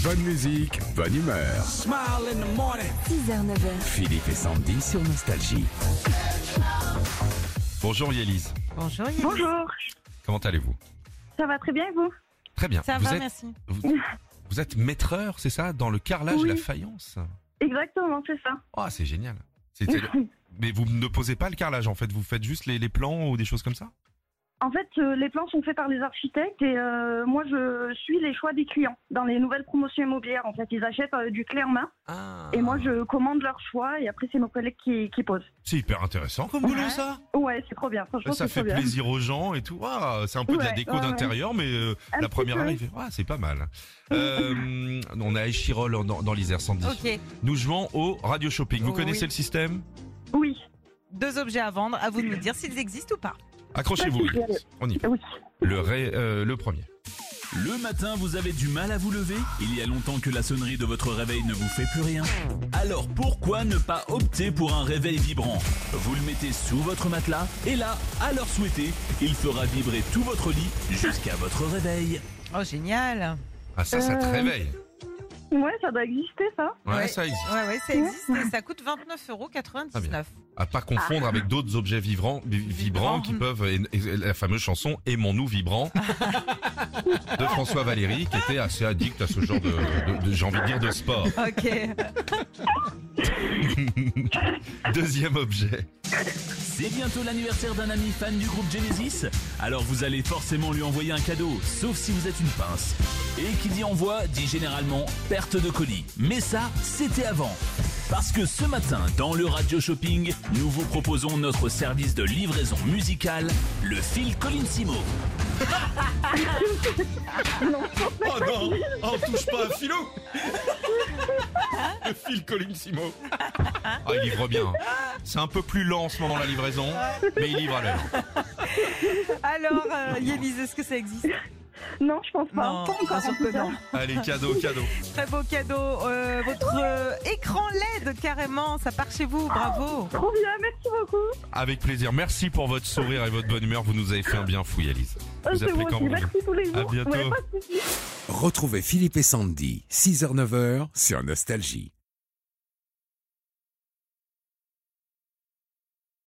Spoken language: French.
Bonne musique, bonne humeur. 6h, 9h. Philippe et Sandy sur Nostalgie. Bonjour Yélise, Bonjour Yves. Bonjour, comment allez-vous? ça va très bien et vous? Très bien. Ça vous va, êtes, merci. vous êtes maîtreur, c'est ça, dans le carrelage Oui. et la faïence? Exactement, c'est ça. Ah, c'est génial. Mais vous ne posez pas le carrelage en fait, vous faites juste les plans ou des choses comme ça? En fait, les plans sont faits par les architectes et moi je suis les choix des clients dans les nouvelles promotions immobilières. En fait, ils achètent du clé en main Ah. et moi je commande leurs choix et après c'est nos collègues qui posent. C'est hyper intéressant comme boulot ça. Ouais, c'est trop bien, franchement Ça c'est fait trop bien. plaisir aux gens et tout. Ah, c'est un peu de la Ouais, déco ouais, d'intérieur, mais Un la petit première peu. arrivée, c'est pas mal. On est à Échirol dans l'Isère, Sandy. Ok, Nous jouons au radio shopping. Vous Oh, connaissez oui. le système? Oui, 2 objets à vendre, à vous de nous dire s'ils existent ou pas. Accrochez-vous, Pas de souci, Yélise. On y va. oui. Le premier. Le matin, vous avez du mal à vous lever? Il y a longtemps que la sonnerie de votre réveil ne vous fait plus rien? Alors pourquoi ne pas opter pour un réveil vibrant? Vous le mettez sous votre matelas et là, à l'heure souhaitée, il fera vibrer tout votre lit jusqu'à votre réveil. Oh génial. Ah ça te réveille. Ouais, ça doit exister ça. Ouais, ça existe. Ouais, ça existe et ça coûte 29,99 €. À pas confondre avec d'autres objets vibrants qui peuvent, et la fameuse chanson Aimons-nous vibrant de François Valéry qui était assez addict à ce genre de j'ai envie de dire de sport. Ok. Deuxième objet. C'est bientôt l'anniversaire d'un ami fan du groupe Genesis? Alors vous allez forcément lui envoyer un cadeau, sauf si vous êtes une pince. Et qui dit envoi dit généralement perte de colis. Mais ça, c'était avant. Parce que ce matin, dans le Radio Shopping, nous vous proposons notre service de livraison musicale, le Phil Collinsimo. Oh non, on touche pas à Philo. Le Phil Collinsimo. Ah, il livre bien. C'est un peu plus lent en ce moment la livraison, mais il livre à l'heure. Alors, Yélise, est-ce que ça existe? Non, je pense pas. Non, Pas encore, bien sûr en tout que cas. non. Allez, cadeau. Très beau cadeau. Votre écran LED, carrément, ça part chez vous. Bravo. Trop bien, merci beaucoup. Avec plaisir. Merci pour votre sourire et votre bonne humeur. Vous nous avez fait un bien fou, Yélise. Vous C'est appelez moi quand aussi, vous merci voulez. tous les jours. À bientôt. Ouais, pas de soucis. Retrouvez Philippe et Sandy, 6h, 9h sur Nostalgie.